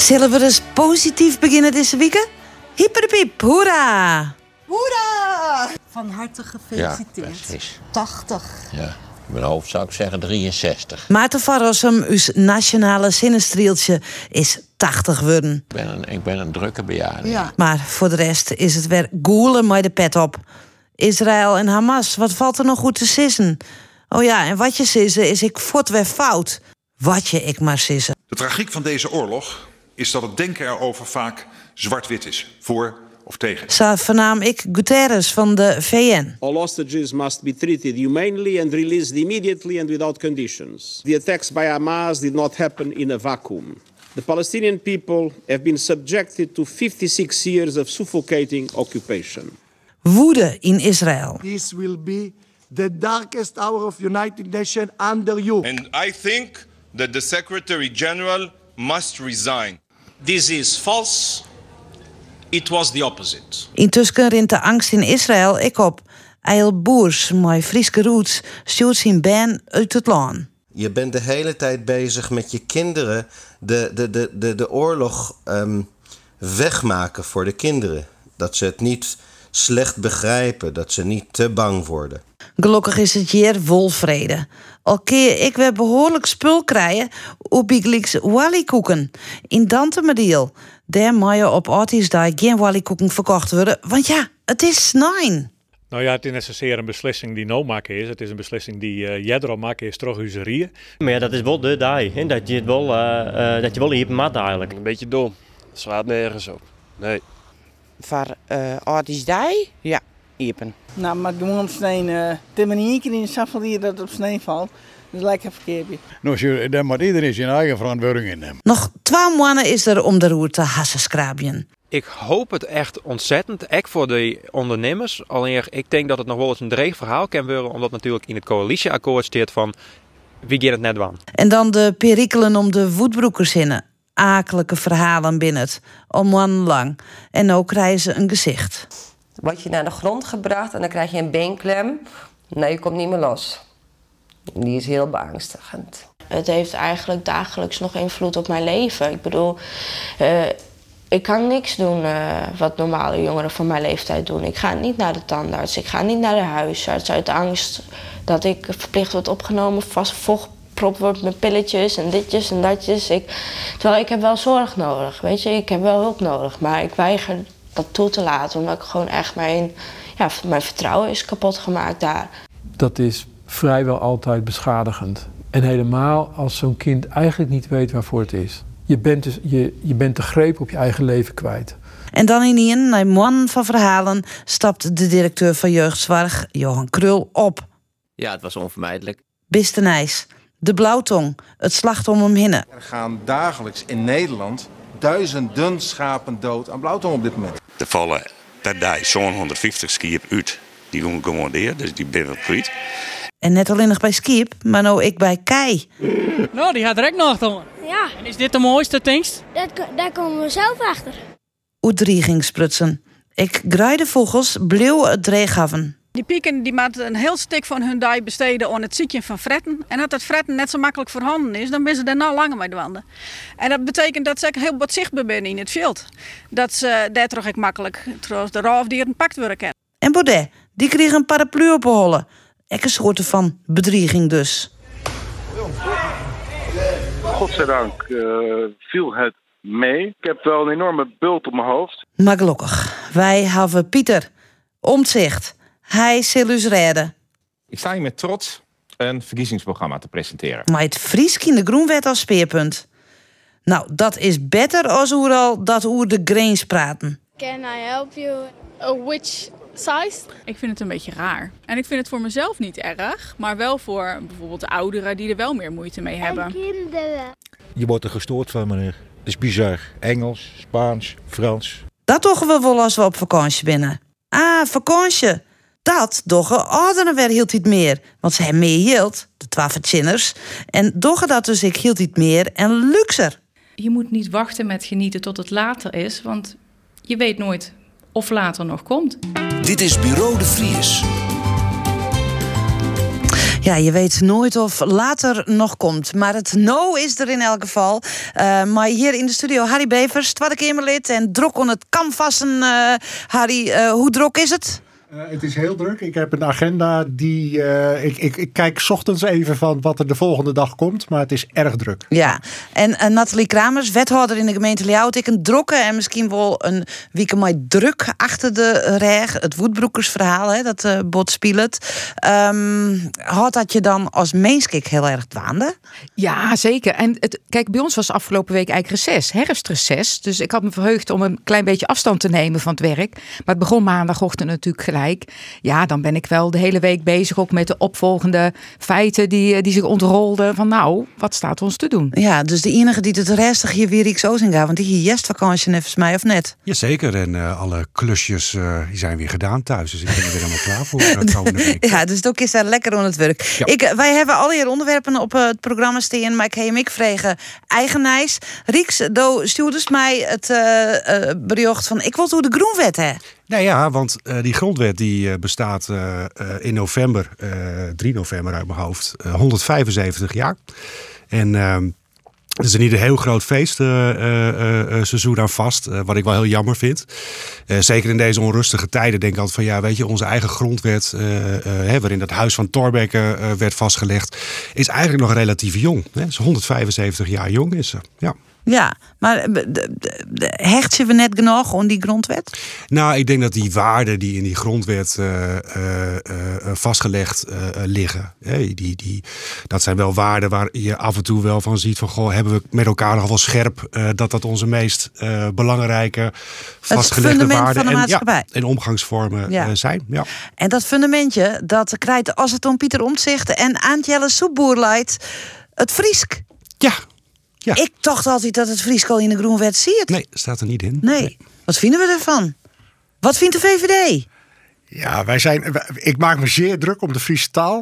Zullen we dus positief beginnen deze week? Hyperpiep, hoera! Hoera! Van harte gefeliciteerd. Ja, precies. 80. Ja, mijn hoofd zou ik zeggen 63. Maarten van Rossum, uw nationale zinnenstrieltje, is 80 geworden. Ik ben een drukke bejaarde. Ja. Maar voor de rest is het weer goelen met de pet op. Israël en Hamas, wat valt er nog goed te sissen? Oh ja, en wat je sissen is ik fort weer fout. Wat je ik maar sissen. De tragiek van deze oorlog is dat het denken erover vaak zwart-wit is. Voor of tegen. Zo vernaam ik Guterres van de VN. All hostages must be treated humanely and released immediately and without conditions. The attacks by Hamas did not happen in a vacuum. The Palestinian people have been subjected to 56 years of suffocating occupation. Woede in Israël. This will be the darkest hour of United Nations under you. And I think that the Secretary General must resign. This is false. It was the opposite. Intussen rint de angst in Israël ik op. Eil Boers, mijn Frieske roots, stuurt zijn band uit het land. Je bent de hele tijd bezig met je kinderen de oorlog wegmaken voor de kinderen. Dat ze het niet slecht begrijpen, dat ze niet te bang worden. Gelukkig is het hier wolvrede. Al keer ik weer behoorlijk spul krijgen op Bigliks Wally-koeken. In Dantemediel. Daar mag je op Artiesdag geen Wally-koeken verkocht worden. Want ja, het is 9. Nou ja, het is niet zozeer een beslissing die nou maken is. Het is een beslissing die jij maken is terug userieën. Maar ja, dat is wel de dag. Dat je het wel, dat je wel hier mat eigenlijk. Een beetje dom. Het slaat nergens op. Nee. Voor Artiesdag? Ja, iepen. Nou, maar gewoon op steen. Timmer niet in de safelier dat het op steen valt. Dat lijkt een verkeertje. Nou, daar moet iedereen zijn eigen verantwoording in nemen. Nog 12 maanden is er om de roer te hassenskrabien. Ik hoop het echt ontzettend, ook voor de ondernemers. Alleen ik denk dat het nog wel eens een dreig verhaal kan worden, omdat natuurlijk in het coalitieakkoord staat van wie gaat het net doen. En dan de perikelen om de voetbroekerszinnen. Akelijke verhalen binnen het, al maandenlang. En nu krijgen ze een gezicht. Word je naar de grond gebracht en dan krijg je een beenklem. Nee, je komt niet meer los. Die is heel beangstigend. Het heeft eigenlijk dagelijks nog invloed op mijn leven. Ik bedoel, ik kan niks doen wat normale jongeren van mijn leeftijd doen. Ik ga niet naar de tandarts, ik ga niet naar de huisarts uit angst dat ik verplicht word opgenomen, vast vochtprop wordt met pilletjes en ditjes en datjes. Terwijl ik heb wel zorg nodig, weet je, ik heb wel hulp nodig, maar ik weiger dat toe te laten omdat ik gewoon echt mijn vertrouwen is kapot gemaakt daar. Dat is vrijwel altijd beschadigend. En helemaal als zo'n kind eigenlijk niet weet waarvoor het is. Je bent de greep op je eigen leven kwijt. En dan in een man van verhalen stapt de directeur van jeugdzorg, Johan Krul, op. Ja, het was onvermijdelijk. Bistenijs, de blauwtong, het slachtoffer om hinnen. Er gaan dagelijks in Nederland duizenden schapen dood aan blauwtong op dit moment. Er vallen per dag zo'n 150 skiep uit. Die doen gewoon neer, dus die ben we kwijt. En net alleen nog bij Skiep, maar nou ik bij Kei. Nou, die gaat direct nog dan. Ja. En is dit de mooiste tingst? Daar komen we zelf achter. Oedrie ging sprutsen. Ik graaide vogels bleeuw het dreighaven. Die pieken die moeten een heel stuk van hun dag besteden aan het ziekje van fretten. En dat het fretten net zo makkelijk voorhanden is, dan ben ze daarna langer mee wandelen. En dat betekent dat ze heel wat zichtbaar zijn in het veld. Dat ze daar toch makkelijk trouwens de roofdieren pakt worden kunnen. En Baudet, die kreeg een paraplu op hollen. Een soort van bedrieging dus. Godzijdank viel het mee. Ik heb wel een enorme bult op mijn hoofd. Maar gelukkig, wij hebben Pieter. Omtzigt. Hij zal ons redden. Ik sta hier met trots een verkiezingsprogramma te presenteren. Maar het Friesk in de Groenwet als speerpunt. Nou, dat is beter als al dat oer de grains praten. Can I help you? Which size? Ik vind het een beetje raar. En ik vind het voor mezelf niet erg, maar wel voor bijvoorbeeld ouderen die er wel meer moeite mee hebben. En kinderen. Je wordt er gestoord van, meneer. Het is bizar. Engels, Spaans, Frans. Dat doggen we wel als we op vakantie binnen. Ah, vakantie. Dat doggen ouderen weer hield iets meer. Want ze hebben meer hield, de 12 zinners. En doggen dat dus ik hield iets meer en luxer. Je moet niet wachten met genieten tot het later is, want je weet nooit of later nog komt. Dit is Bureau de Vries. Ja, je weet nooit of later nog komt. Maar het no is er in elk geval. Maar hier in de studio Harry Bevers, Tweede Kamerlid en druk on het canvassen. Harry, hoe druk is het? Het is heel druk. Ik heb een agenda die... Ik kijk 's ochtends even van wat er de volgende dag komt. Maar het is erg druk. Ja, en Nathalie Kramers, wethouder in de gemeente Ljouwert. Ik een drokke en misschien wel een week maar druk achter de reg. Het Woodbroekersverhaal, hè, dat bot speelt. Had dat je dan als meenskik heel erg dwaande? Ja, zeker. En kijk, bij ons was afgelopen week eigenlijk reces, herfstreces. Dus ik had me verheugd om een klein beetje afstand te nemen van het werk. Maar het begon maandagochtend natuurlijk gelijk. Ja, dan ben ik wel de hele week bezig ook met de opvolgende feiten die zich ontrolden. Van nou, wat staat ons te doen? Ja, dus de enige die het restig hier weer iets Ozinga, want die hier jestvakantie volgens mij of net? Jazeker, en alle klusjes die zijn weer gedaan thuis. Dus ik ben er weer helemaal klaar voor de komende week. Ja, dus ook is daar lekker aan het werk. Ja. Wij hebben al hier onderwerpen op het programma staan, maar ik ga hem vregen eigenijs. Rieks, stuurde mij het bericht van ik wil door de groenwet, hè? Nou ja, want die grondwet die bestaat in november, 3 november uit mijn hoofd, 175 jaar. En het is een niet een heel groot feestseizoen aan vast, wat ik wel heel jammer vind. Zeker in deze onrustige tijden denk ik altijd van ja, weet je, onze eigen grondwet, waarin het Huis van Thorbecke werd vastgelegd, is eigenlijk nog relatief jong. Hè? Het is 175 jaar jong is ze, ja. Ja, maar hecht je we net genoeg aan die grondwet? Nou, ik denk dat die waarden die in die grondwet vastgelegd liggen. Dat zijn wel waarden waar je af en toe wel van ziet van goh, hebben we met elkaar nog wel scherp dat onze meest belangrijke vastgelegde waarden van de maatschappij. En omgangsvormen zijn. Ja. En dat fundamentje, dat krijgt als het om Pieter Omtzigt en Aantjelle Soepboer leidt, het Friesk. Ja. Ja. Ik dacht altijd dat het Fries al in de groenwet ziet. Nee, staat er niet in. Nee. Wat vinden we ervan? Wat vindt de VVD? Ja, ik maak me zeer druk om de Friese taal.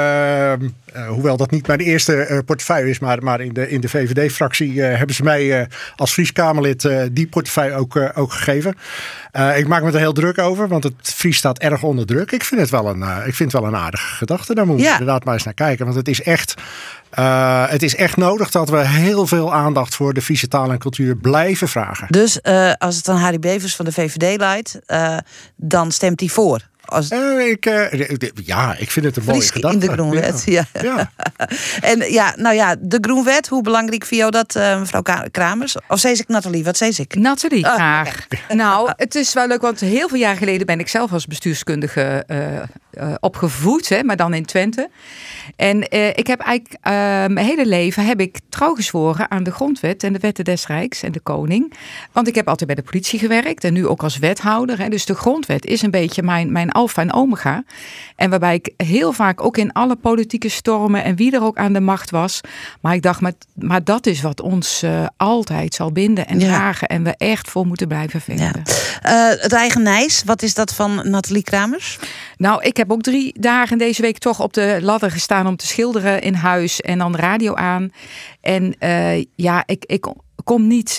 Hoewel dat niet mijn eerste portefeuille is, maar in de VVD-fractie hebben ze mij als Fries Kamerlid die portefeuille ook gegeven. Ik maak me er heel druk over, want het Fries staat erg onder druk. Ik vind het wel een aardige gedachte. Daar moet je inderdaad maar eens naar kijken. Want het is echt nodig dat we heel veel aandacht voor de Friese taal en cultuur blijven vragen. Dus als het dan Harry Bevers van de VVD leidt, dan stemt hij voor? Ik vind het een mooie gedachte. In de groenwet, ja. En de groenwet, hoe belangrijk vind jou dat, mevrouw Kramers? Of zei ik Nathalie? Wat zei ik? Nathalie, graag. Nou, het is wel leuk, want heel veel jaar geleden ben ik zelf als bestuurskundige opgevoed, hè, maar dan in Twente. En ik heb eigenlijk mijn hele leven trouw gezworen aan de grondwet en de wetten des Rijks en de koning. Want ik heb altijd bij de politie gewerkt en nu ook als wethouder. Hè, dus de grondwet is een beetje mijn alfa en omega. En waarbij ik heel vaak ook in alle politieke stormen en wie er ook aan de macht was. Maar ik dacht, maar dat is wat ons altijd zal binden en dragen. En we echt voor moeten blijven vechten. Ja. Het eigenijs, wat is dat van Nathalie Kramers? Nou, ik heb ook 3 dagen deze week toch op de ladder gestaan om te schilderen in huis en dan de radio aan. En ik kom niet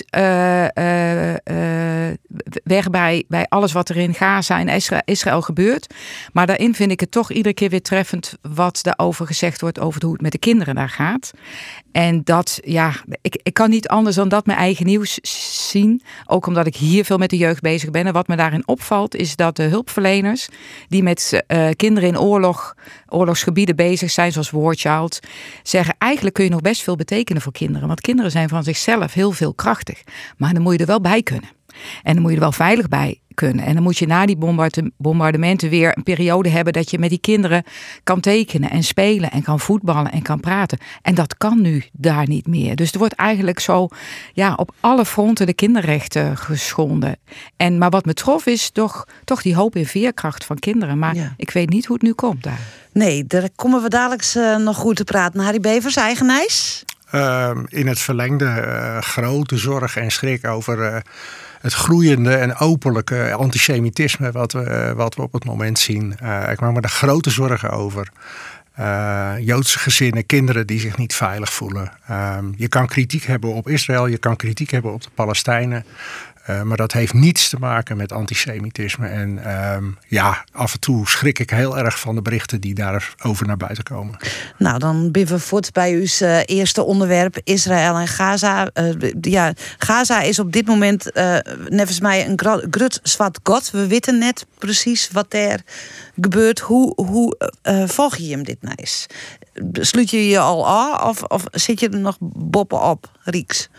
weg bij alles wat er in Gaza en Israël gebeurt. Maar daarin vind ik het toch iedere keer weer treffend wat daarover gezegd wordt over hoe het met de kinderen daar gaat. En dat, ik kan niet anders dan dat mijn eigen nieuws zien. Ook omdat ik hier veel met de jeugd bezig ben. En wat me daarin opvalt is dat de hulpverleners die met kinderen in oorlogsgebieden bezig zijn, zoals War Child, zeggen eigenlijk kun je nog best veel betekenen voor kinderen. Want kinderen zijn van zichzelf heel veel krachtig. Maar dan moet je er wel bij kunnen. En dan moet je er wel veilig bij kunnen. En dan moet je na die bombardementen weer een periode hebben dat je met die kinderen kan tekenen en spelen en kan voetballen en kan praten. En dat kan nu daar niet meer. Dus er wordt eigenlijk zo op alle fronten de kinderrechten geschonden. Maar wat me trof is toch die hoop in veerkracht van kinderen. Maar ik weet niet hoe het nu komt daar. Nee, daar komen we dadelijk nog goed te praten. Harry Bevers, eigenijs? In het verlengde grote zorg en schrik over het groeiende en openlijke antisemitisme wat we op het moment zien. Ik maak me daar grote zorgen over. Joodse gezinnen, kinderen die zich niet veilig voelen. Je kan kritiek hebben op Israël, je kan kritiek hebben op de Palestijnen. Maar dat heeft niets te maken met antisemitisme. En af en toe schrik ik heel erg van de berichten die daarover naar buiten komen. Nou, dan ben we voort bij uw eerste onderwerp, Israël en Gaza. Gaza is op dit moment, nevens mij, een grut zwart gat. We weten net precies wat er gebeurt. Hoe volg je hem dit nou eens? Sluit je je al aan of zit je er nog bovenop, Rieks?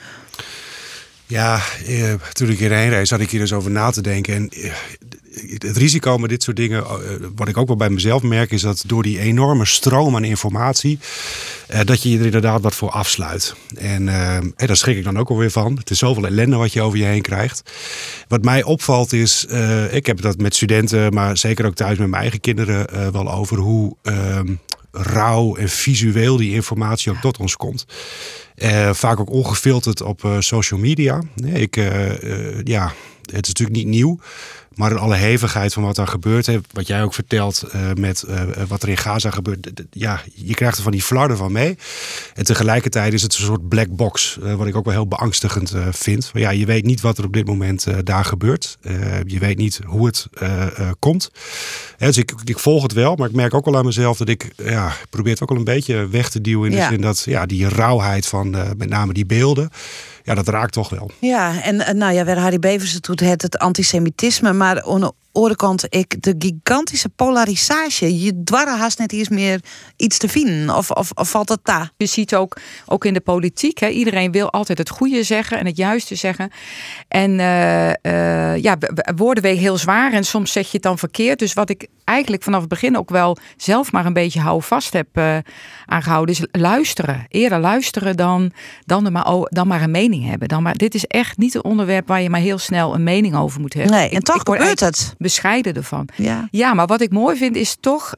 Ja, toen ik hierheen reis, had ik hier dus over na te denken. En het risico met dit soort dingen, wat ik ook wel bij mezelf merk, is dat door die enorme stroom aan informatie, dat je er inderdaad wat voor afsluit. En daar schrik ik dan ook alweer van. Het is zoveel ellende wat je over je heen krijgt. Wat mij opvalt is, ik heb dat met studenten, maar zeker ook thuis met mijn eigen kinderen wel over hoe rauw en visueel die informatie ook tot ons komt. Vaak ook ongefilterd op social media. Het is natuurlijk niet nieuw. Maar in alle hevigheid van wat daar gebeurt, wat jij ook vertelt met wat er in Gaza gebeurt. Je krijgt er van die flarden van mee. En tegelijkertijd is het een soort black box. Wat ik ook wel heel beangstigend vind. Je weet niet wat er op dit moment daar gebeurt. Je weet niet hoe het komt. Dus ik volg het wel. Maar ik merk ook wel aan mezelf dat ik probeer het ook wel een beetje weg te duwen. In de zin dat die rauwheid van met name die beelden. Ja, dat raakt toch wel. Ja, en waar Harry Beversen doet het antisemitisme, maar aan de andere kant de gigantische polarisatie. Je dwarren haast net eens meer iets te vinden. Of valt het daar? Je ziet ook in de politiek, iedereen wil altijd het goede zeggen en het juiste zeggen. En woorden wegen heel zwaar en soms zeg je het dan verkeerd. Dus wat ik eigenlijk vanaf het begin ook wel zelf maar een beetje houvast heb aangehouden, is luisteren. Eerder luisteren dan maar een mening hebben. Dit is echt niet een onderwerp waar je maar heel snel een mening over moet hebben. Nee, en toch gebeurt het. Bescheiden ervan. Ja, maar wat ik mooi vind is toch,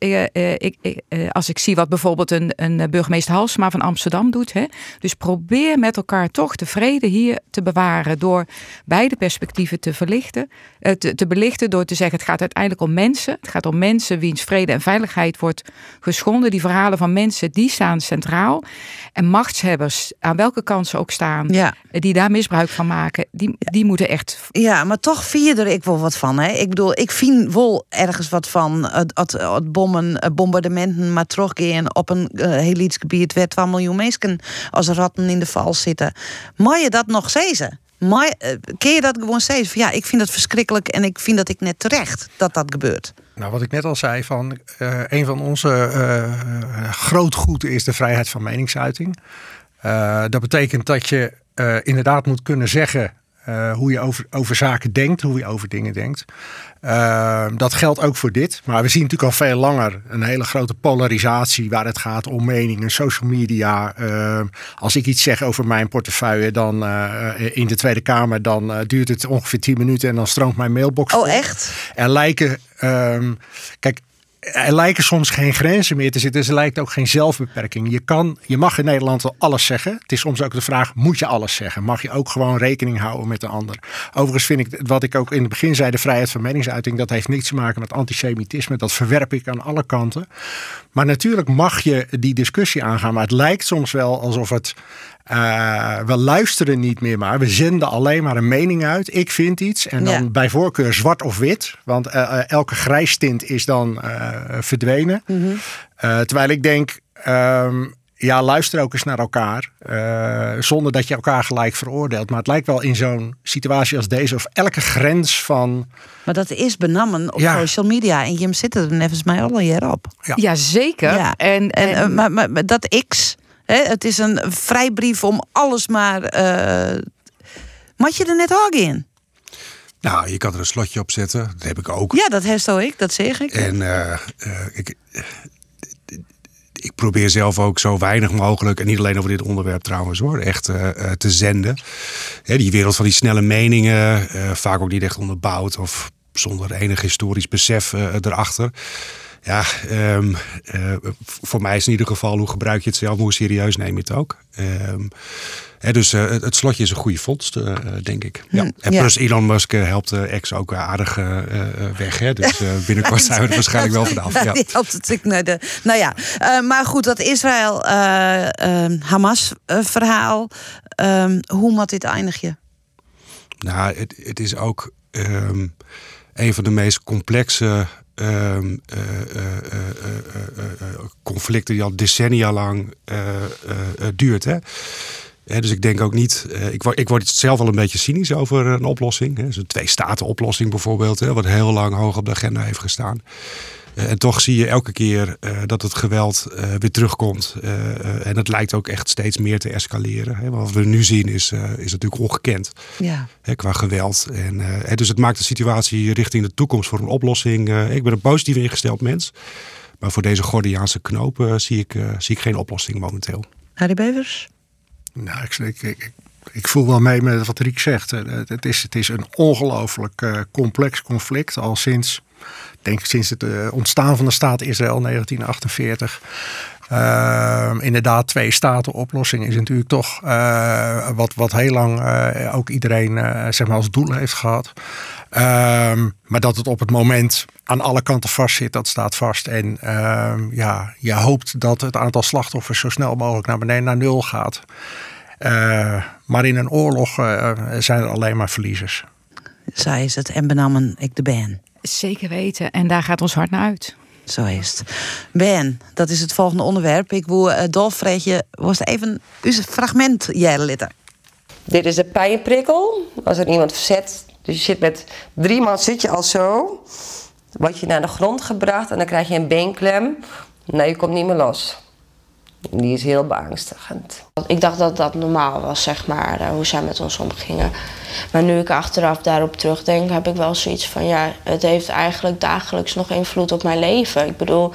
als ik zie wat bijvoorbeeld een burgemeester Halsema van Amsterdam doet. Dus probeer met elkaar toch de vrede hier te bewaren door beide perspectieven te belichten, door te zeggen het gaat uiteindelijk om mensen. Het gaat om mensen wiens vrede en veiligheid wordt geschonden. Die verhalen van mensen, die staan centraal. En machtshebbers, aan welke kant ze ook staan, die daar misbruik van maken, die moeten echt... Ja, maar toch vier er ik wel wat van. Ik bedoel, ik vind wel ergens wat van het bombardementen, maar teruggaan op een heel iets gebied waar 2 miljoen mensen als ratten in de val zitten. Mag je dat nog zeggen? Kun je dat gewoon zeggen? Van, ik vind dat verschrikkelijk en ik vind dat ik net terecht dat gebeurt. Nou, wat ik net al zei, een van onze grootgoeden is de vrijheid van meningsuiting. Dat betekent dat je inderdaad moet kunnen zeggen hoe je over zaken denkt, hoe je over dingen denkt. Dat geldt ook voor dit. Maar we zien natuurlijk al veel langer een hele grote polarisatie waar het gaat om meningen, social media. Als ik iets zeg over mijn portefeuille dan in de Tweede Kamer, dan duurt het ongeveer 10 minuten en dan stroomt mijn mailbox vol. Oh, echt? Er lijken soms geen grenzen meer te zitten. Dus er lijkt ook geen zelfbeperking. Je mag in Nederland wel alles zeggen. Het is soms ook de vraag, moet je alles zeggen? Mag je ook gewoon rekening houden met de ander? Overigens vind ik, wat ik ook in het begin zei, de vrijheid van meningsuiting, dat heeft niets te maken met antisemitisme. Dat verwerp ik aan alle kanten. Maar natuurlijk mag je die discussie aangaan. Maar het lijkt soms wel alsof het... we luisteren niet meer maar. We zenden alleen maar een mening uit. Ik vind iets. En dan bij voorkeur zwart of wit. Want elke grijstint is dan verdwenen. Mm-hmm. Terwijl ik denk... luister ook eens naar elkaar. Zonder dat je elkaar gelijk veroordeelt. Maar het lijkt wel in zo'n situatie als deze... of elke grens van... Maar dat is benammen op social media. En je zit er nevens mij al hierop. Ja, zeker. Ja. Maar dat X... het is een vrijbrief om alles maar... Moet je er net ook in? Nou, je kan er een slotje op zetten. Dat heb ik ook. Ja, dat hersto ik. Dat zeg ik. En ik probeer zelf ook zo weinig mogelijk... en niet alleen over dit onderwerp trouwens hoor... echt te zenden. Die wereld van die snelle meningen... vaak ook niet echt onderbouwd... of zonder enig historisch besef erachter... Ja, voor mij is in ieder geval hoe gebruik je het zelf, hoe serieus neem je het ook. Dus het slotje is een goede vondst, denk ik. Ja. En plus Elon Musk helpt X ook aardig weg. Hè? Dus binnenkort zijn we er waarschijnlijk wel vanaf. Ja. Die helpt het naar de. Nou ja, maar goed, dat Israël-Hamas verhaal. Hoe moet dit eindigen? Nou, het is ook een van de meest complexe conflicten die al decennia lang duurt. Hè? Dus ik denk ook niet. Ik word zelf wel een beetje cynisch over een oplossing. Hè? Dus een 2-staten-oplossing bijvoorbeeld, wat heel lang hoog op de agenda heeft gestaan. En toch zie je elke keer dat het geweld weer terugkomt. En het lijkt ook echt steeds meer te escaleren. Hè? Wat we nu zien is natuurlijk ongekend. Ja. Qua geweld. Dus het maakt de situatie richting de toekomst voor een oplossing. Ik ben een positief ingesteld mens. Maar voor deze Gordiaanse knoop zie ik geen oplossing momenteel. Harry Bevers? Nou, ik voel wel mee met wat Riek zegt. Het is een ongelooflijk complex conflict. Al sinds het ontstaan van de staat Israël 1948. Inderdaad, 2-staten-oplossing is natuurlijk toch wat heel lang ook iedereen zeg maar als doel heeft gehad. Maar dat het op het moment aan alle kanten vast zit, dat staat vast. En je hoopt dat het aantal slachtoffers zo snel mogelijk naar beneden naar 0 gaat. Maar in een oorlog zijn er alleen maar verliezers. Zij is het en benammen ik de Ben. Zeker weten. En daar gaat ons hart naar uit. Zo is het. Ben, dat is het volgende onderwerp. Ik wil Dolfreetje, was even uw fragment litten. Dit is de pijnprikkel. Als er iemand verzet, dus je zit met 3 man zit je al zo. Word je naar de grond gebracht en dan krijg je een beenklem. Nou, je komt niet meer los. Die is heel beangstigend. Ik dacht dat dat normaal was, zeg maar, hoe zij met ons omgingen. Maar nu ik achteraf daarop terugdenk, heb ik wel zoiets van... ja, het heeft eigenlijk dagelijks nog invloed op mijn leven. Ik bedoel,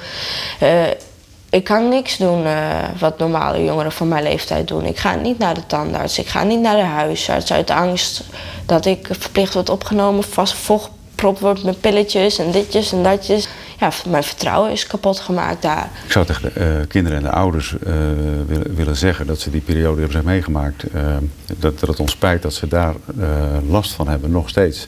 ik kan niks doen wat normale jongeren van mijn leeftijd doen. Ik ga niet naar de tandarts, ik ga niet naar de huisarts... uit angst dat ik verplicht word opgenomen, vast volgepropt word met pilletjes en ditjes en datjes... Ja, mijn vertrouwen is kapot gemaakt daar. Ik zou tegen de kinderen en de ouders willen zeggen dat ze die periode hebben zich meegemaakt. Dat het ons spijt dat ze daar last van hebben, nog steeds.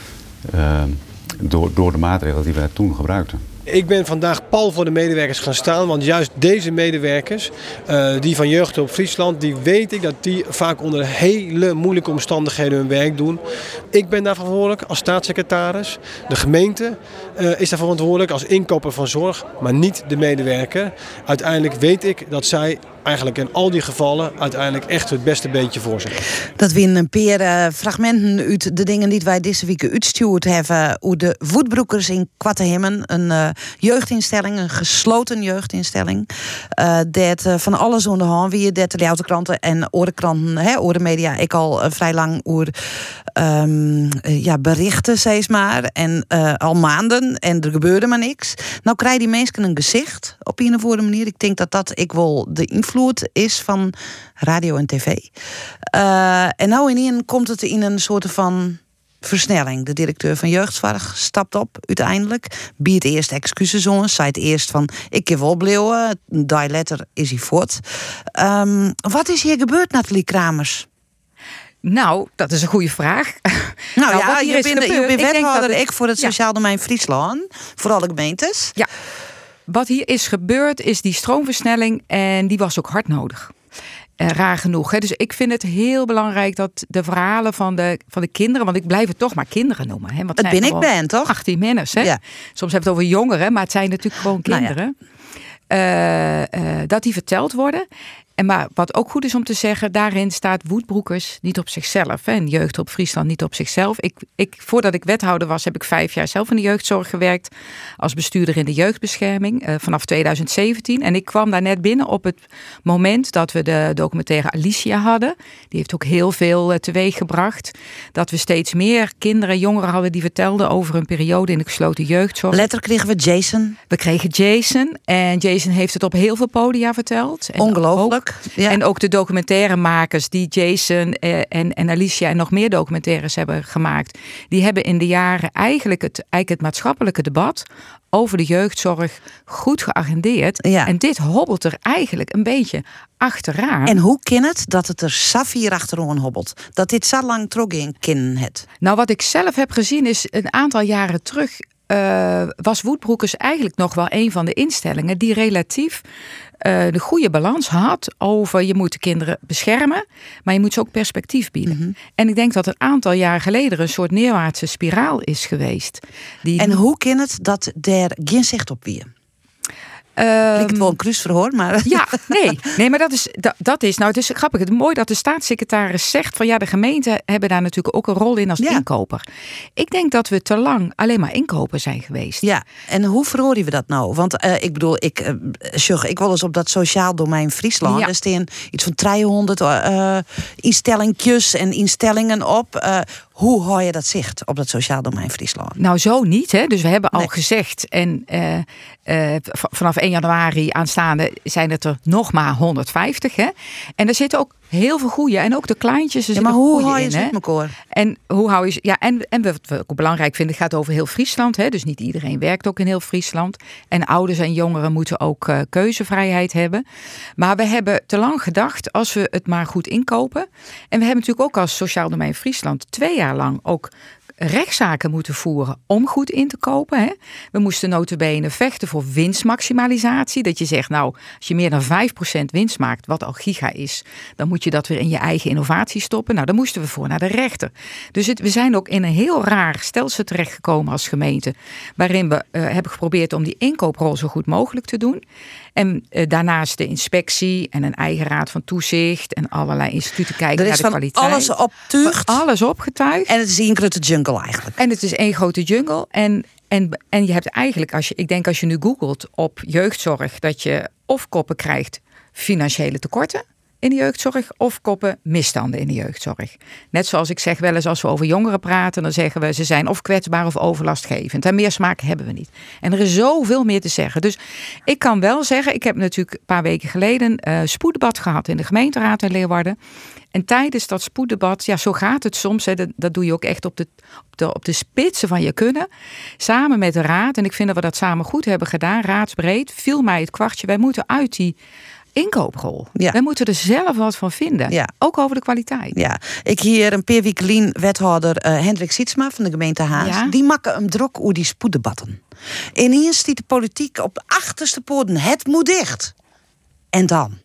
Door de maatregelen die wij toen gebruikten. Ik ben vandaag pal voor de medewerkers gaan staan. Want juist deze medewerkers, die van Jeugdhulp Friesland, die weet ik dat die vaak onder hele moeilijke omstandigheden hun werk doen. Ik ben daar verantwoordelijk als staatssecretaris. De gemeente is daar verantwoordelijk als inkoper van zorg, maar niet de medewerker. Uiteindelijk weet ik dat zij eigenlijk in al die gevallen uiteindelijk echt het beste beentje voor zich. Dat we een paar fragmenten uit de dingen die wij deze week uitgestuurd hebben over de Voetbroekers in Quattenhemmen. Een jeugdinstelling, een gesloten jeugdinstelling. Dat van alles aan de hand wie dat de autokranten en orenkranten, orenmedia, ik al vrij lang over berichten, zeg maar. En al maanden en er gebeurde maar niks. Nou krijgen die mensen een gezicht op een of andere manier. Ik denk dat ik wel de invloed is van radio en tv. En nou ineens komt het in een soort van versnelling. De directeur van jeugdzorg stapt op uiteindelijk. Biedt eerst excuses aan. Zei het eerst van ik heb wel bleven. Die letter is hij voort. Wat is hier gebeurd, Nathalie Kramers? Nou, dat is een goede vraag. Nou ja, je bent wethouder ik voor het Sociaal Domein Friesland. Voor alle gemeentes. Ja. Wat hier is gebeurd is die stroomversnelling en die was ook hard nodig. Raar genoeg. Hè? Dus ik vind het heel belangrijk dat de verhalen van de kinderen, want ik blijf het toch maar kinderen noemen. Hè? Want het ben toch? 18 minnes. Hè? Ja. Soms hebben we het over jongeren, maar het zijn natuurlijk gewoon kinderen. Nou ja. Dat die verteld worden. Maar wat ook goed is om te zeggen, daarin staat Woedbroekers niet op zichzelf. Hè? En Jeugdhulp Friesland niet op zichzelf. Voordat ik wethouder was, heb ik 5 jaar zelf in de jeugdzorg gewerkt. Als bestuurder in de jeugdbescherming vanaf 2017. En ik kwam daar net binnen op het moment dat we de documentaire Alicia hadden. Die heeft ook heel veel teweeg gebracht. Dat we steeds meer kinderen, jongeren hadden die vertelden over een periode in de gesloten jeugdzorg. Letterlijk kregen we Jason. We kregen Jason. En Jason heeft het op heel veel podia verteld. En ongelooflijk. ook. Ja. En ook de documentairemakers die Jason en Alicia en nog meer documentaires hebben gemaakt. Die hebben in de jaren eigenlijk het maatschappelijke debat over de jeugdzorg goed geagendeerd. Ja. En dit hobbelt er eigenlijk een beetje achteraan. En hoe kan het dat het er Safir achterom hobbelt? Dat dit zo lang terug in kin het? Nou, wat ik zelf heb gezien is een aantal jaren terug was Woodbroekers eigenlijk nog wel een van de instellingen die relatief de goede balans had over je moet de kinderen beschermen, maar je moet ze ook perspectief bieden. Mm-hmm. En ik denk dat een aantal jaar geleden een soort neerwaartse spiraal is geweest. En hoe kan het dat er geen zicht op wie? Klinkt het wel een cruiseverhoor, maar... Ja, nee, maar dat is nou, het is grappig. Het is mooi dat de staatssecretaris zegt van ja, de gemeenten hebben daar natuurlijk ook een rol in als inkoper. Ik denk dat we te lang alleen maar inkoper zijn geweest. Ja, en hoe verhoren we dat nou? Want ik bedoel, ik wil eens op dat sociaal domein Friesland. Ja. Er staan iets van 300 instellingjes en instellingen op. Hoe hou je dat zicht op dat sociaal domein Friesland? Nou, zo niet. Hè? Dus we hebben al gezegd en vanaf 1 januari aanstaande zijn het er nog maar 150. Hè? En er zitten ook heel veel goeie en ook de kleintjes. Maar hoe hou je ze met elkaar? En hoe hou je ze? Ja, en wat we ook belangrijk vinden, het gaat over heel Friesland. Hè? Dus niet iedereen werkt ook in heel Friesland. En ouders en jongeren moeten ook keuzevrijheid hebben. Maar we hebben te lang gedacht, als we het maar goed inkopen. En we hebben natuurlijk ook als Sociaal Domein Friesland 2 jaar lang ook rechtszaken moeten voeren om goed in te kopen. Hè. We moesten nota bene vechten voor winstmaximalisatie. Dat je zegt, nou, als je meer dan 5% winst maakt, wat al giga is, dan moet je dat weer in je eigen innovatie stoppen. Nou, daar moesten we voor naar de rechter. Dus we zijn ook in een heel raar stelsel terechtgekomen als gemeente, waarin we hebben geprobeerd om die inkooprol zo goed mogelijk te doen. En daarnaast de inspectie en een eigen raad van toezicht en allerlei instituten kijken naar de kwaliteit. Er is van alles optuigd. Alles opgetuigd. En het is een grote jungle eigenlijk. En het is één grote jungle. En je hebt eigenlijk, als je nu googelt op jeugdzorg, dat je of koppen krijgt financiële tekorten in de jeugdzorg of koppen misstanden in de jeugdzorg. Net zoals ik zeg wel eens als we over jongeren praten, dan zeggen we ze zijn of kwetsbaar of overlastgevend. En meer smaak hebben we niet. En er is zoveel meer te zeggen. Dus ik kan wel zeggen, ik heb natuurlijk een paar weken geleden spoeddebat gehad in de gemeenteraad in Leeuwarden. En tijdens dat spoeddebat, ja, zo gaat het soms. Hè, dat doe je ook echt op de spitsen van je kunnen. Samen met de raad. En ik vind dat we dat samen goed hebben gedaan. Raadsbreed viel mij het kwartje. Wij moeten uit die inkooprol. Ja. Wij moeten er zelf wat van vinden. Ja. Ook over de kwaliteit. Ja, ik hier een paar weken geleden wethouder Hendrik Sietsma van de gemeente Haas. Ja. Die maken hem druk over die spoeddebatten. En hier stiet de politiek op de achterste poorten. Het moet dicht. En dan?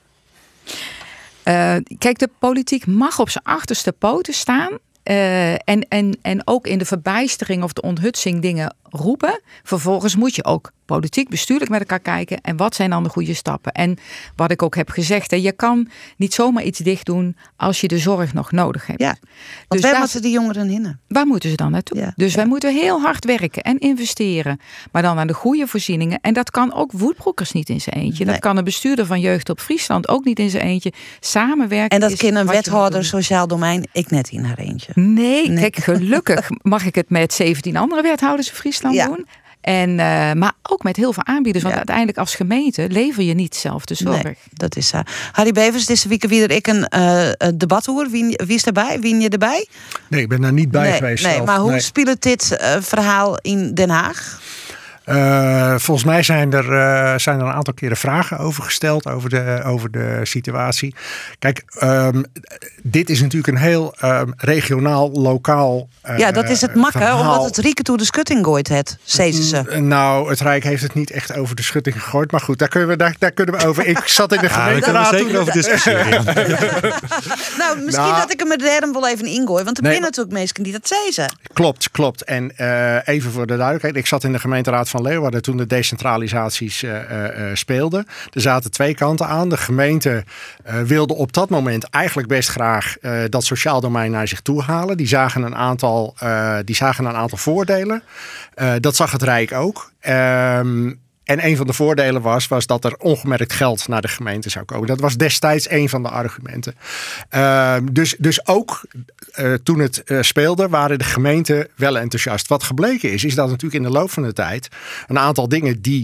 Kijk, de politiek mag op zijn achterste poten staan. En ook in de verbijstering of de onthutsing dingen roepen. Vervolgens moet je ook politiek, bestuurlijk met elkaar kijken. En wat zijn dan de goede stappen? En wat ik ook heb gezegd, je kan niet zomaar iets dicht doen als je de zorg nog nodig hebt. Ja, want waar moeten die jongeren heen? Waar moeten ze dan naartoe? Ja, dus wij moeten heel hard werken en investeren. Maar dan aan de goede voorzieningen. En dat kan ook Woodbroekers niet in zijn eentje. Nee. Dat kan een bestuurder van Jeugd op Friesland ook niet in zijn eentje. Samenwerken. En dat kan een wethouder sociaal domein ik net in haar eentje. Nee, kijk, gelukkig mag ik het met 17 andere wethouders in Friesland doen. En, maar ook met heel veel aanbieders. Want uiteindelijk als gemeente lever je niet zelf de zorg. Nee, dat is Harry Bevers, deze week weer ik een debat hoor. Wie is erbij? Wie je erbij? Nee, ik ben daar niet bij geweest. Nee, maar hoe speelt dit verhaal in Den Haag? Volgens mij zijn er een aantal keren vragen over gesteld over de situatie. Kijk, dit is natuurlijk een heel regionaal, lokaal ja, dat is het makken, omdat het Rieke toe de schutting gooit het, zeiden ze. Nou, het Rijk heeft het niet echt over de schutting gegooid. Maar goed, daar kunnen we over. Ik zat in de gemeenteraad. Daar kunnen we zeker over discussiëren. Nou, misschien dat ik hem er daarom wel even ingooi. Want er zijn natuurlijk mensen die dat zeiden. Klopt. En even voor de duidelijkheid. Ik zat in de gemeenteraad van Leeuwarden toen de decentralisaties speelden. Er zaten 2 kanten aan. De gemeente wilde op dat moment eigenlijk best graag dat sociaal domein naar zich toe halen. Die zagen een aantal voordelen. Dat zag het Rijk ook. En een van de voordelen was dat er ongemerkt geld naar de gemeente zou komen. Dat was destijds een van de argumenten. Dus ook toen het speelde, waren de gemeenten wel enthousiast. Wat gebleken is dat natuurlijk in de loop van de tijd een aantal dingen die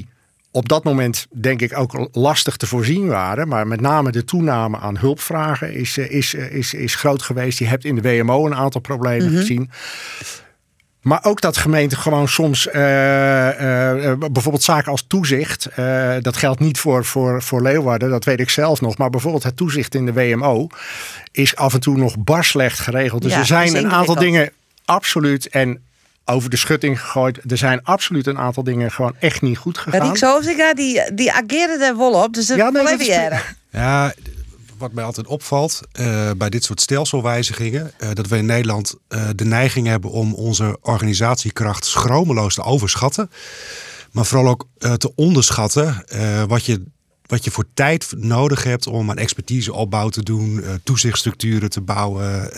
op dat moment denk ik ook lastig te voorzien waren. Maar met name de toename aan hulpvragen is groot geweest. Je hebt in de WMO een aantal problemen gezien. Maar ook dat gemeenten gewoon soms bijvoorbeeld zaken als toezicht. Dat geldt niet voor Leeuwarden, dat weet ik zelf nog. Maar bijvoorbeeld het toezicht in de WMO is af en toe nog bar slecht geregeld. Dus er zijn een aantal dingen absoluut en over de schutting gegooid. Er zijn absoluut een aantal dingen gewoon echt niet goed gegaan. Riek die ageerde er wel op. Dus dat is even erg. Ja, wat mij altijd opvalt bij dit soort stelselwijzigingen, dat we in Nederland de neiging hebben om onze organisatiekracht schromeloos te overschatten. Maar vooral ook te onderschatten wat je voor tijd nodig hebt om aan expertiseopbouw te doen, toezichtstructuren te bouwen.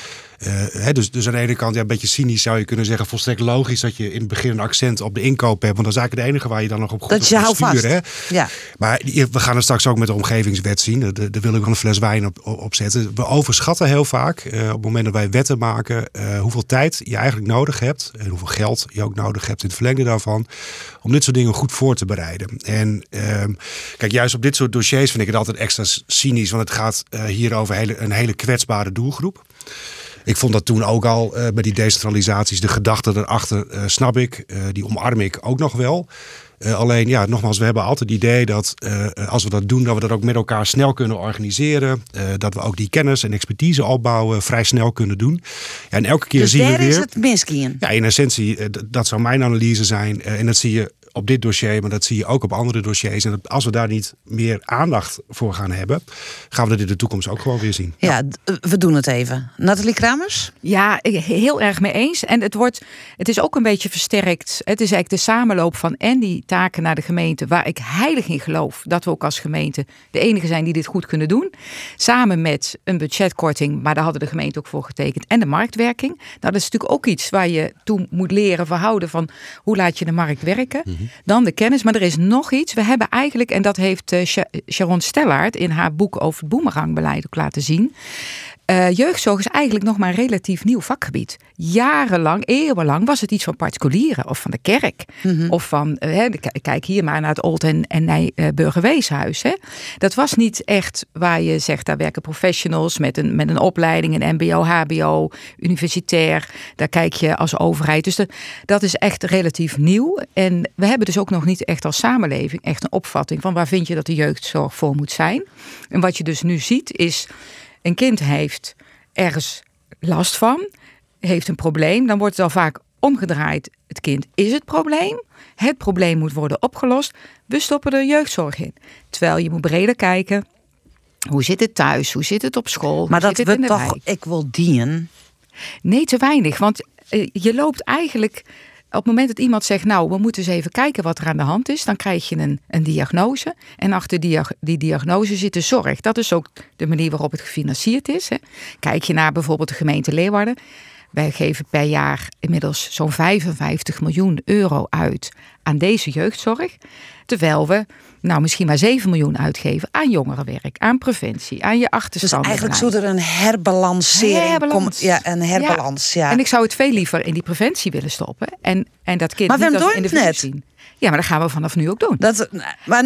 Dus aan de ene kant, een beetje cynisch zou je kunnen zeggen, volstrekt logisch dat je in het begin een accent op de inkoop hebt. Want dat is eigenlijk het enige waar je dan nog op goed dat op kan sturen. Ja. Maar we gaan er straks ook met de omgevingswet zien. Daar wil ik wel een fles wijn op zetten. We overschatten heel vaak, op het moment dat wij wetten maken, hoeveel tijd je eigenlijk nodig hebt. En hoeveel geld je ook nodig hebt in het verlengde daarvan. Om dit soort dingen goed voor te bereiden. En kijk, juist op dit soort dossiers vind ik het altijd extra cynisch. Want het gaat hier over een hele kwetsbare doelgroep. Ik vond dat toen ook al bij die decentralisaties, de gedachte erachter snap ik. Die omarm ik ook nog wel. Alleen, ja, nogmaals, we hebben altijd het idee dat als we dat doen, dat we dat ook met elkaar snel kunnen organiseren. Dat we ook die kennis en expertise opbouwen vrij snel kunnen doen. Ja, en elke keer dus zien we weer. Dus daar is het misgaan. Ja, in essentie, dat zou mijn analyse zijn. En dat zie je op dit dossier, maar dat zie je ook op andere dossiers. En als we daar niet meer aandacht voor gaan hebben, gaan we dat in de toekomst ook gewoon weer zien. Ja, we doen het even. Nathalie Kramers? Ja, heel erg mee eens. En het is ook een beetje versterkt. Het is eigenlijk de samenloop van en die taken naar de gemeente, waar ik heilig in geloof dat we ook als gemeente de enige zijn die dit goed kunnen doen. Samen met een budgetkorting, maar daar hadden de gemeente ook voor getekend. En de marktwerking. Nou, dat is natuurlijk ook iets waar je toe moet leren verhouden van hoe laat je de markt werken. Dan de kennis. Maar er is nog iets. We hebben eigenlijk, en dat heeft Sharon Stellaert in haar boek over het boemerangbeleid ook laten zien. Jeugdzorg is eigenlijk nog maar een relatief nieuw vakgebied. Jarenlang, eeuwenlang was het iets van particulieren of van de kerk. Of van, kijk hier maar naar het Old en Nijburger Weeshuis. Dat was niet echt waar je zegt, daar werken professionals met een opleiding, een mbo, hbo, universitair. Daar kijk je als overheid. Dus dat is echt relatief nieuw. En we hebben dus ook nog niet echt als samenleving echt een opvatting van waar vind je dat de jeugdzorg voor moet zijn. En wat je dus nu ziet is, een kind heeft ergens last van, heeft een probleem. Dan wordt het al vaak omgedraaid. Het kind is het probleem. Het probleem moet worden opgelost. We stoppen er jeugdzorg in. Terwijl je moet breder kijken. Hoe zit het thuis? Hoe zit het op school? Maar dat we toch, ik wil dienen. Nee, te weinig. Want je loopt eigenlijk, op het moment dat iemand zegt, nou, we moeten eens even kijken wat er aan de hand is, dan krijg je een diagnose. En achter die diagnose zit de zorg. Dat is ook de manier waarop het gefinancierd is. Kijk je naar bijvoorbeeld de gemeente Leeuwarden. Wij geven per jaar inmiddels zo'n 55 miljoen euro uit aan deze jeugdzorg. Terwijl we misschien maar 7 miljoen uitgeven aan jongerenwerk, aan preventie, aan je achterstanden. Dus eigenlijk zou er een herbalancering een herbalans. Ja. En ik zou het veel liever in die preventie willen stoppen. En dat kind maar niet als individu zien. Ja, maar dat gaan we vanaf nu ook doen. Maar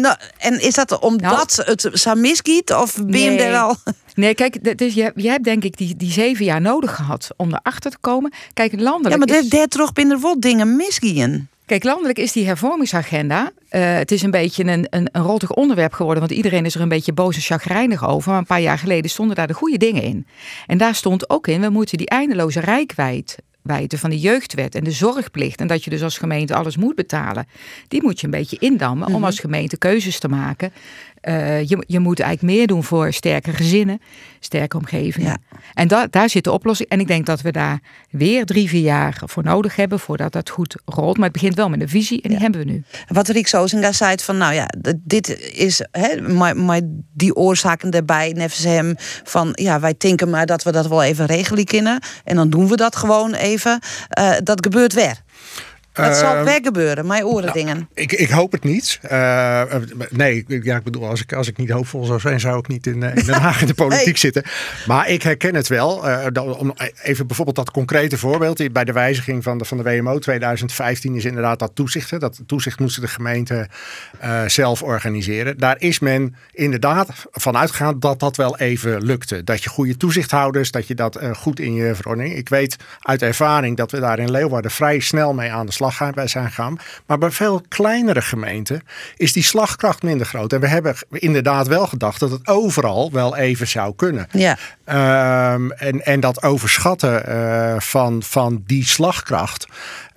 en is dat omdat het zo misgiet? Of ben je er al? Nee, kijk, dus je hebt denk ik die 7 jaar nodig gehad om erachter te komen. Kijk, landelijk. Ja, maar daar terug binnen wel dingen misgien. Kijk, landelijk is die hervormingsagenda. Het is een beetje een rottig onderwerp geworden. Want iedereen is er een beetje boos en chagrijnig over. Maar een paar jaar geleden stonden daar de goede dingen in. En daar stond ook in, we moeten die eindeloze rijkwijde van de jeugdwet en de zorgplicht. En dat je dus als gemeente alles moet betalen. Die moet je een beetje indammen om als gemeente keuzes te maken. Je moet eigenlijk meer doen voor sterke gezinnen, sterke omgevingen. Ja. En daar zit de oplossing. En ik denk dat we daar weer 3-4 jaar voor nodig hebben voordat dat goed rolt. Maar het begint wel met een visie en die hebben we nu. Wat Riek Sozinga zei van, nou ja, dit is maar die oorzaken daarbij, nevens hem van, ja, wij denken maar dat we dat wel even regelen kunnen. En dan doen we dat gewoon even. Dat gebeurt weer. Dat zal wel gebeuren, mijn oren dingen. Ik hoop het niet. Nee, ik bedoel, als ik niet hoopvol zou zijn, zou ik niet in Den Haag in de politiek zitten. Maar ik herken het wel. Om even bijvoorbeeld dat concrete voorbeeld. Bij de wijziging van de WMO 2015 is inderdaad dat toezicht. Hè. Dat toezicht moesten de gemeenten zelf organiseren. Daar is men inderdaad van uitgegaan dat dat wel even lukte. Dat je goede toezichthouders, dat je dat goed in je verordening. Ik weet uit ervaring dat we daar in Leeuwarden vrij snel mee aan de slag zijn gaan. Maar bij veel kleinere gemeenten is die slagkracht minder groot. En we hebben inderdaad wel gedacht dat het overal wel even zou kunnen. Ja. En dat overschatten van die slagkracht.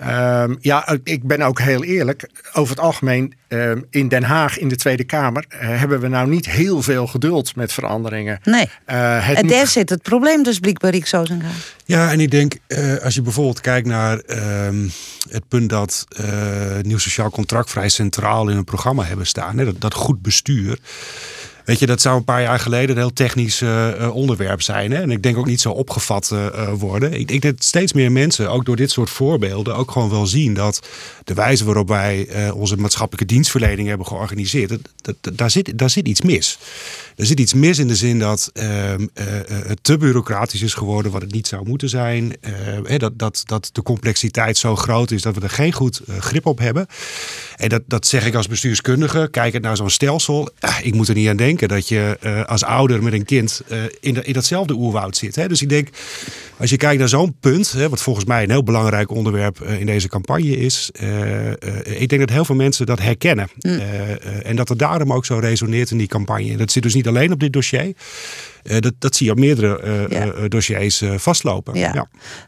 Ik ben ook heel eerlijk. Over het algemeen in Den Haag in de Tweede Kamer hebben we nou niet heel veel geduld met veranderingen. Nee. En daar zit het probleem dus blijkbaar ik zo zijn gaan. Ja, en ik denk als je bijvoorbeeld kijkt naar het punt dat nieuw sociaal contract vrij centraal in een programma hebben staan. Hè, dat goed bestuur. Weet je, dat zou een paar jaar geleden een heel technisch onderwerp zijn. Hè? En ik denk ook niet zo opgevat worden. Ik denk dat steeds meer mensen, ook door dit soort voorbeelden, ook gewoon wel zien dat de wijze waarop wij onze maatschappelijke dienstverlening hebben georganiseerd, daar zit iets mis. Er zit iets mis in de zin dat het te bureaucratisch is geworden wat het niet zou moeten zijn. Dat de complexiteit zo groot is dat we er geen goed grip op hebben. En dat zeg ik als bestuurskundige. Kijkend naar zo'n stelsel. Ik moet er niet aan denken dat je als ouder met een kind in datzelfde oerwoud zit. Hè? Dus ik denk, als je kijkt naar zo'n punt, wat volgens mij een heel belangrijk onderwerp in deze campagne is. Ik denk dat heel veel mensen dat herkennen. En dat het daarom ook zo resoneert in die campagne. Dat zit dus niet alleen op dit dossier. Dat zie je op meerdere dossiers vastlopen. Ja.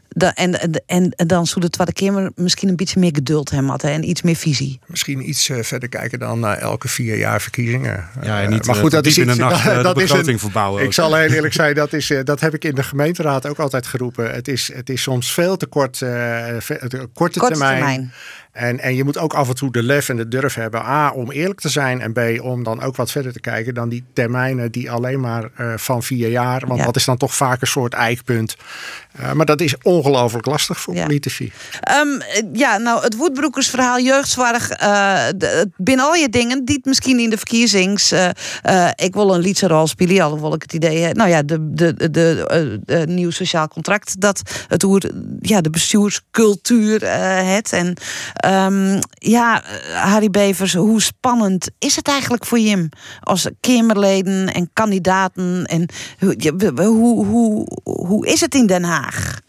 En dan zou de Tweede Kamer misschien een beetje meer geduld hebben en iets meer visie. Misschien iets verder kijken dan elke 4 jaar verkiezingen. Ja, en niet maar goed, dat is in de nacht de begroting is verbouwen. Ik zal heel eerlijk zijn, dat heb ik in de gemeenteraad ook altijd geroepen. Het is soms veel te korte termijn. En je moet ook af en toe de lef en de durf hebben. A, om eerlijk te zijn. En B, om dan ook wat verder te kijken dan die termijnen die alleen maar van 4 jaar. Want dat is dan toch vaak een soort eikpunt. Maar dat is ongelooflijk lastig voor politici. Het Woodbroekersverhaal, jeugdzorg. Binnen al je dingen, die het misschien in de verkiezings. Ik wil een liedse rol spelen, alhoewel ik het idee heb. Nou ja, de nieuw sociaal contract. Dat het de bestuurscultuur het. En Harry Bevers, hoe spannend is het eigenlijk voor je als Kamerleden en kandidaten? En hoe is het in Den Haag?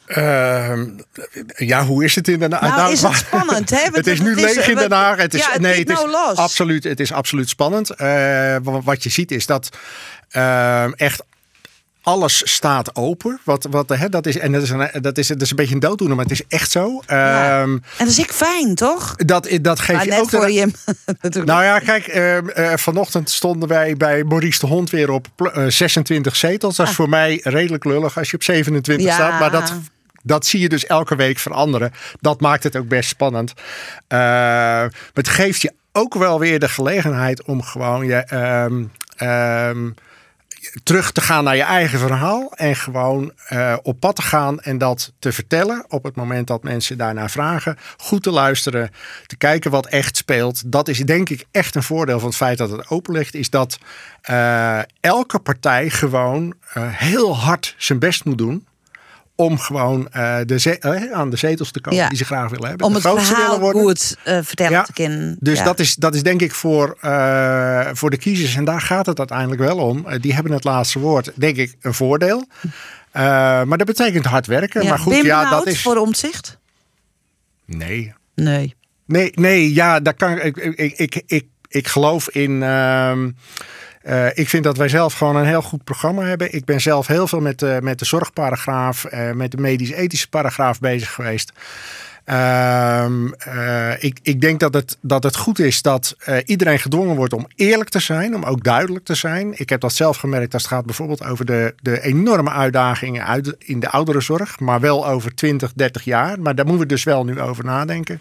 Hoe is het in Den Haag? Nou is het spannend, hè? Het is nu leeg in Den Haag. Het is los. Absoluut, het is absoluut spannend. Wat je ziet is dat echt alles staat open. Dat is een beetje een dooddoener, maar het is echt zo. En dat is fijn, toch? Dat geeft je ook voor je. Nou ja, kijk, vanochtend stonden wij bij Maurice de Hond weer op 26 zetels. Dat is voor mij redelijk lullig als je op 27 staat. Maar dat zie je dus elke week veranderen. Dat maakt het ook best spannend. Maar het geeft je ook wel weer de gelegenheid om gewoon terug te gaan naar je eigen verhaal en gewoon op pad te gaan en dat te vertellen op het moment dat mensen daarnaar vragen. Goed te luisteren, te kijken wat echt speelt. Dat is denk ik echt een voordeel van het feit dat het open ligt. Is dat elke partij gewoon heel hard zijn best moet doen om gewoon aan de zetels te komen die ze graag willen hebben. Om het verhaal goed vertellen te kunnen. Dus dat is denk ik voor de kiezers, en daar gaat het uiteindelijk wel om. Die hebben het laatste woord, denk ik, een voordeel. Maar dat betekent hard werken. Ja. Maar goed, dat is voor Omtzigt? Nee. Nee, daar kan ik geloof in. Ik vind dat wij zelf gewoon een heel goed programma hebben. Ik ben zelf heel veel met de zorgparagraaf, met de medisch-ethische paragraaf bezig geweest. Ik denk dat het goed is dat iedereen gedwongen wordt om eerlijk te zijn, om ook duidelijk te zijn. Ik heb dat zelf gemerkt als het gaat bijvoorbeeld over de enorme uitdagingen in de ouderenzorg, maar wel over 20, 30 jaar. Maar daar moeten we dus wel nu over nadenken.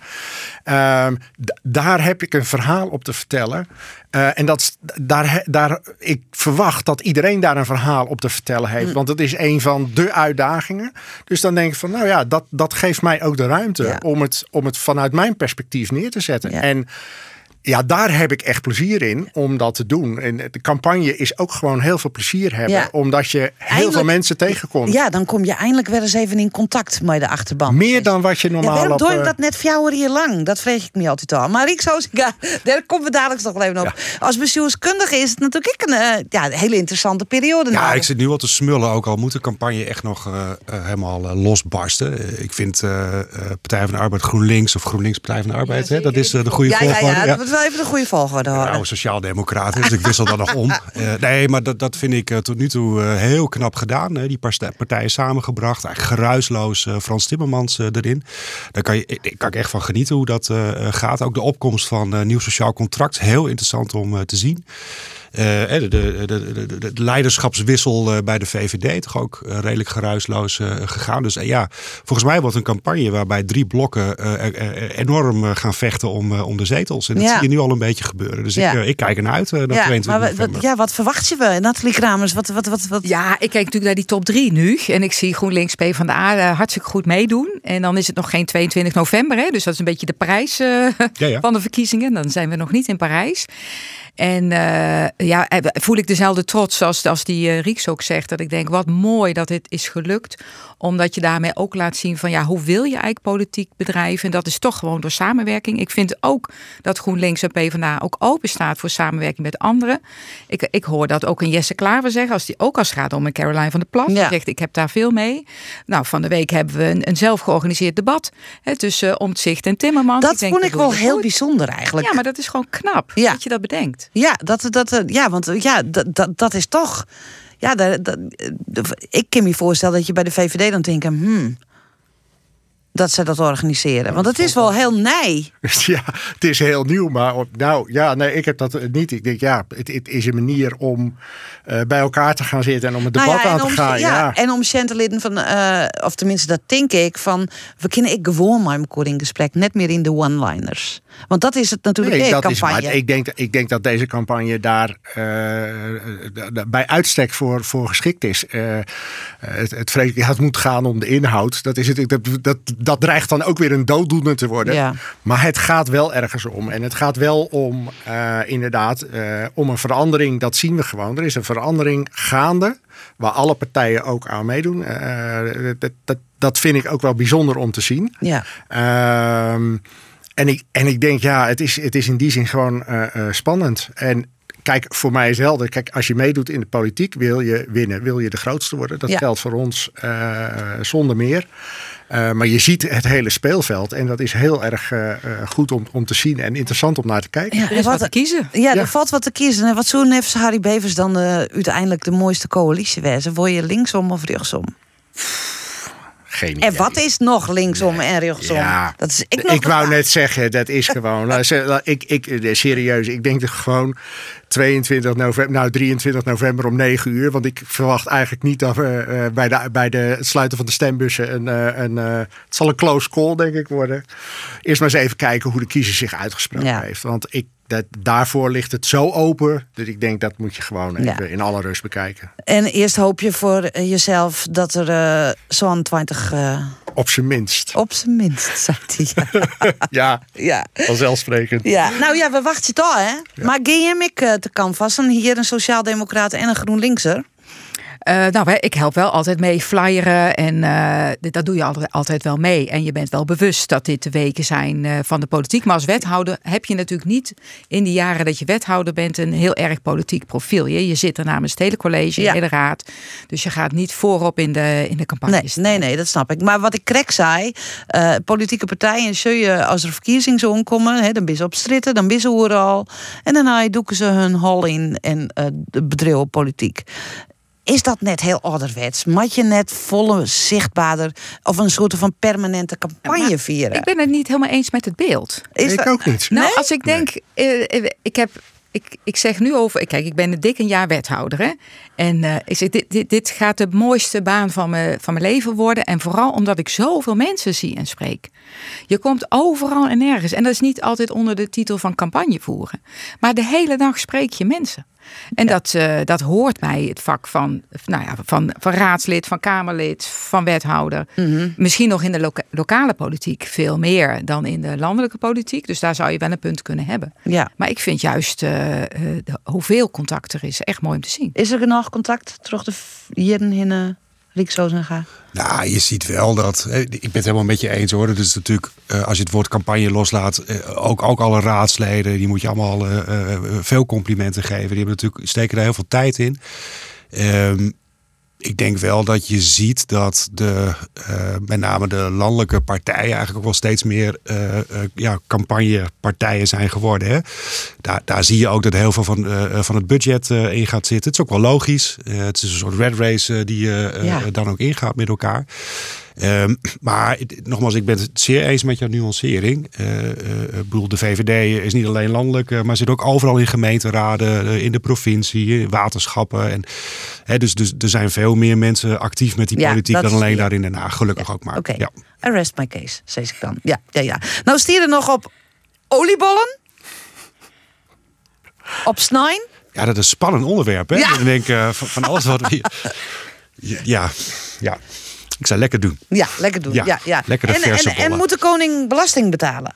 Daar heb ik een verhaal op te vertellen. En ik verwacht dat iedereen daar een verhaal op te vertellen heeft. Want het is een van de uitdagingen. Dus dan denk ik van, dat geeft mij ook de ruimte durven om het vanuit mijn perspectief neer te zetten. Ja. En ja, daar heb ik echt plezier in om dat te doen. En de campagne is ook gewoon heel veel plezier hebben. Omdat je heel veel mensen tegenkomt. Ja, dan kom je eindelijk weer eens even in contact met de achterban. Meer dan wat je normaal... waarom doe je dat net 4 jaar lang? Dat vreeg ik me altijd al. Maar ik zou zeggen, daar komen we dadelijk nog even op. Ja. Als bestuurskundige is het natuurlijk een hele interessante periode. Ja, nou. Ik zit nu al te smullen. Ook al moet de campagne echt nog helemaal losbarsten. Ik vind Partij van de Arbeid GroenLinks of GroenLinks Partij van de Arbeid. Ja, dat is de goede volgorde. Ja. Wel even de goede volgorde horen. Nou, sociaaldemocraten, dus ik wissel dat nog om. Nee, maar dat vind ik tot nu toe heel knap gedaan. Die partijen samengebracht. Eigenlijk geruisloos Frans Timmermans erin. Daar kan ik echt van genieten hoe dat gaat. Ook de opkomst van Nieuw Sociaal Contract. Heel interessant om te zien. De leiderschapswissel bij de VVD toch ook redelijk geruisloos gegaan. Dus volgens mij wordt een campagne waarbij 3 blokken enorm gaan vechten om de zetels. En dat zie je nu al een beetje gebeuren. Dus ik kijk ernaar uit naar 22 november. Wat verwacht je wel? Nathalie Kramers, wat? Ja, ik kijk natuurlijk naar die top 3 nu. En ik zie GroenLinks PvdA hartstikke goed meedoen. En dan is het nog geen 22 november. Hè? Dus dat is een beetje de prijs van de verkiezingen. Dan zijn we nog niet in Parijs. En voel ik dezelfde trots als die Rieks ook zegt. Dat ik denk, wat mooi dat dit is gelukt. Omdat je daarmee ook laat zien van hoe wil je eigenlijk politiek bedrijven. En dat is toch gewoon door samenwerking. Ik vind ook dat GroenLinks en PvdA ook open staat voor samenwerking met anderen. Ik hoor dat ook een Jesse Klaver zeggen. Als het gaat om een Caroline van der Plas. Die zegt, ik heb daar veel mee. Nou, van de week hebben we een zelf georganiseerd debat. Tussen Omtzigt en Timmermans. Dat vond ik wel heel bijzonder eigenlijk. Ja, maar dat is gewoon knap dat je dat bedenkt. Ja, dat is toch... Ja, ik kan me voorstellen dat je bij de VVD dan denkt... dat ze dat organiseren. Want het is wel heel nij. Ja, het is heel nieuw. Maar ik heb dat niet. Ik denk, het is een manier om bij elkaar te gaan zitten en om het debat aan te gaan. Ja, en om Chanteliden van, of tenminste dat denk ik, van we kunnen gewoon met elkaar in gesprek, net meer in de one-liners. Want dat is het natuurlijk campagne. Ik denk dat deze campagne daar bij uitstek voor geschikt is. Het moet gaan om de inhoud. Dat is het. Dat dreigt dan ook weer een dooddoener te worden. Ja. Maar het gaat wel ergens om. En het gaat wel om om een verandering. Dat zien we gewoon. Er is een verandering gaande. Waar alle partijen ook aan meedoen. Dat vind ik ook wel bijzonder om te zien. Ja. En ik denk, het is in die zin gewoon spannend. En kijk, voor mij is het helder. Kijk, als je meedoet in de politiek, wil je winnen. Wil je de grootste worden. Dat geldt voor ons zonder meer. Maar je ziet het hele speelveld. En dat is heel erg goed om te zien. En interessant om naar te kijken. Ja, er is wat te kiezen. Ja, er valt wat te kiezen. En wat zo heeft Harry Bevers dan uiteindelijk de mooiste coalitie wezen? Word je linksom of rechtsom? Geen idee. En wat is nog linksom en rechtsom? Ja, ik wou net zeggen, dat is gewoon... serieus, ik denk dat gewoon 23 november om 9 uur. Want ik verwacht eigenlijk niet dat we bij het sluiten van de stembussen... het zal een close call, denk ik, worden. Eerst maar eens even kijken hoe de kiezer zich uitgesproken heeft. Want daarvoor ligt het zo open. Dus ik denk dat moet je gewoon even in alle rust bekijken. En eerst hoop je voor jezelf dat er zo'n 20... Op zijn minst. Op zijn minst, zei hij. Ja, vanzelfsprekend. Ja. Nou ja, we wachten het al, hè. Ja. Maar ga ik te canvassen? Hier een sociaaldemocraat en een GroenLinkser. Ik help wel altijd mee flyeren en dat doe je altijd wel mee. En je bent wel bewust dat dit de weken zijn van de politiek. Maar als wethouder heb je natuurlijk niet in die jaren dat je wethouder bent een heel erg politiek profiel. Je zit er namens het hele college, de hele raad. Dus je gaat niet voorop in de campagnes. Nee, dat snap ik. Maar wat ik zei, politieke partijen zul je als er verkiezingen komen, dan ben ze op stritten, dan ben ze overal. En daarna doeken ze hun hol in en de bedrijf politiek. Is dat net heel ouderwets? Moet je net volle zichtbaarder of een soort van permanente campagne vieren? Ik ben het niet helemaal eens met het beeld. Ik ook niet. Nou, als ik denk, ik zeg nu over... Kijk, ik ben dik een jaar wethouder. Hè? En ik zeg, dit gaat de mooiste baan van mijn leven worden. En vooral omdat ik zoveel mensen zie en spreek. Je komt overal en nergens. En dat is niet altijd onder de titel van campagne voeren. Maar de hele dag spreek je mensen. En dat hoort bij het vak van raadslid, van Kamerlid, van wethouder. Mm-hmm. Misschien nog in de lokale politiek veel meer dan in de landelijke politiek. Dus daar zou je wel een punt kunnen hebben. Ja. Maar ik vind juist hoeveel contact er is echt mooi om te zien. Is er nog contact terug de jaren in Rijkshuizen? Nou, je ziet wel dat... Ik ben het helemaal met je eens hoor. Dus is natuurlijk, als je het woord campagne loslaat... ook alle raadsleden, die moet je allemaal veel complimenten geven. Die hebben natuurlijk, steken daar heel veel tijd in. Ik denk wel dat je ziet dat met name de landelijke partijen... eigenlijk ook wel steeds meer campagnepartijen zijn geworden. Hè? Daar zie je ook dat heel veel van het budget in gaat zitten. Het is ook wel logisch. Het is een soort red race die dan ook ingaat met elkaar. Maar nogmaals, ik ben het zeer eens met jouw nuancering. Ik bedoel, de VVD is niet alleen landelijk, maar zit ook overal in gemeenteraden, in de provincie, in waterschappen. Dus er zijn veel meer mensen actief met die politiek dan alleen daar in Den Haag. Gelukkig ook maar. Oké, I rest my case, zeg ik dan. Ja. Nou, stier er nog op oliebollen? Op snijn? Ja, dat is een spannend onderwerp. Hè? Ja. Dan denk ik van alles wat we... Ja. Ik zou lekker doen. Ja, lekker doen. Ja. Lekkere verse bollen. En moet de koning belasting betalen?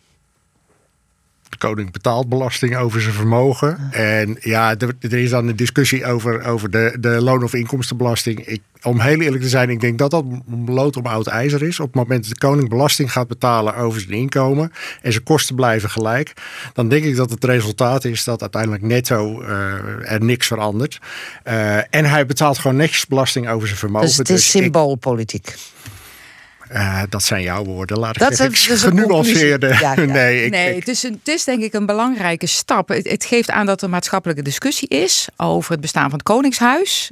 De koning betaalt belasting over zijn vermogen. En ja, er is dan een discussie over de loon- of inkomstenbelasting. Om heel eerlijk te zijn, ik denk dat lood om oud ijzer is. Op het moment dat de koning belasting gaat betalen over zijn inkomen... en zijn kosten blijven gelijk... dan denk ik dat het resultaat is dat uiteindelijk netto er niks verandert. En hij betaalt gewoon netjes belasting over zijn vermogen. Dus het is symboolpolitiek. Dat zijn jouw woorden. Laat ik even genuanceerde. Het is denk ik een belangrijke stap. Het geeft aan dat er maatschappelijke discussie is over het bestaan van het Koningshuis.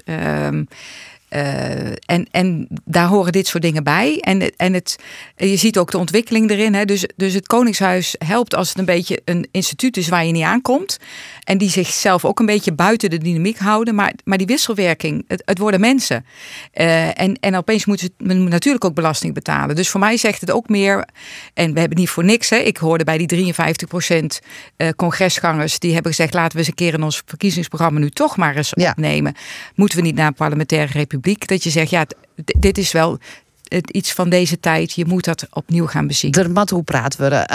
En daar horen dit soort dingen bij. En je ziet ook de ontwikkeling erin. Hè. Dus het Koningshuis helpt als het een beetje een instituut is waar je niet aankomt. En die zichzelf ook een beetje buiten de dynamiek houden. Maar die wisselwerking, het worden mensen. En opeens moeten ze natuurlijk ook belasting betalen. Dus voor mij zegt het ook meer... En we hebben niet voor niks. Hè. Ik hoorde bij die 53% congresgangers... die hebben gezegd, laten we eens een keer in ons verkiezingsprogramma... nu toch maar eens opnemen. Moeten we niet naar een parlementaire republiek? Dat je zegt, dit is wel iets van deze tijd. Je moet dat opnieuw gaan bezien. Hoe praten we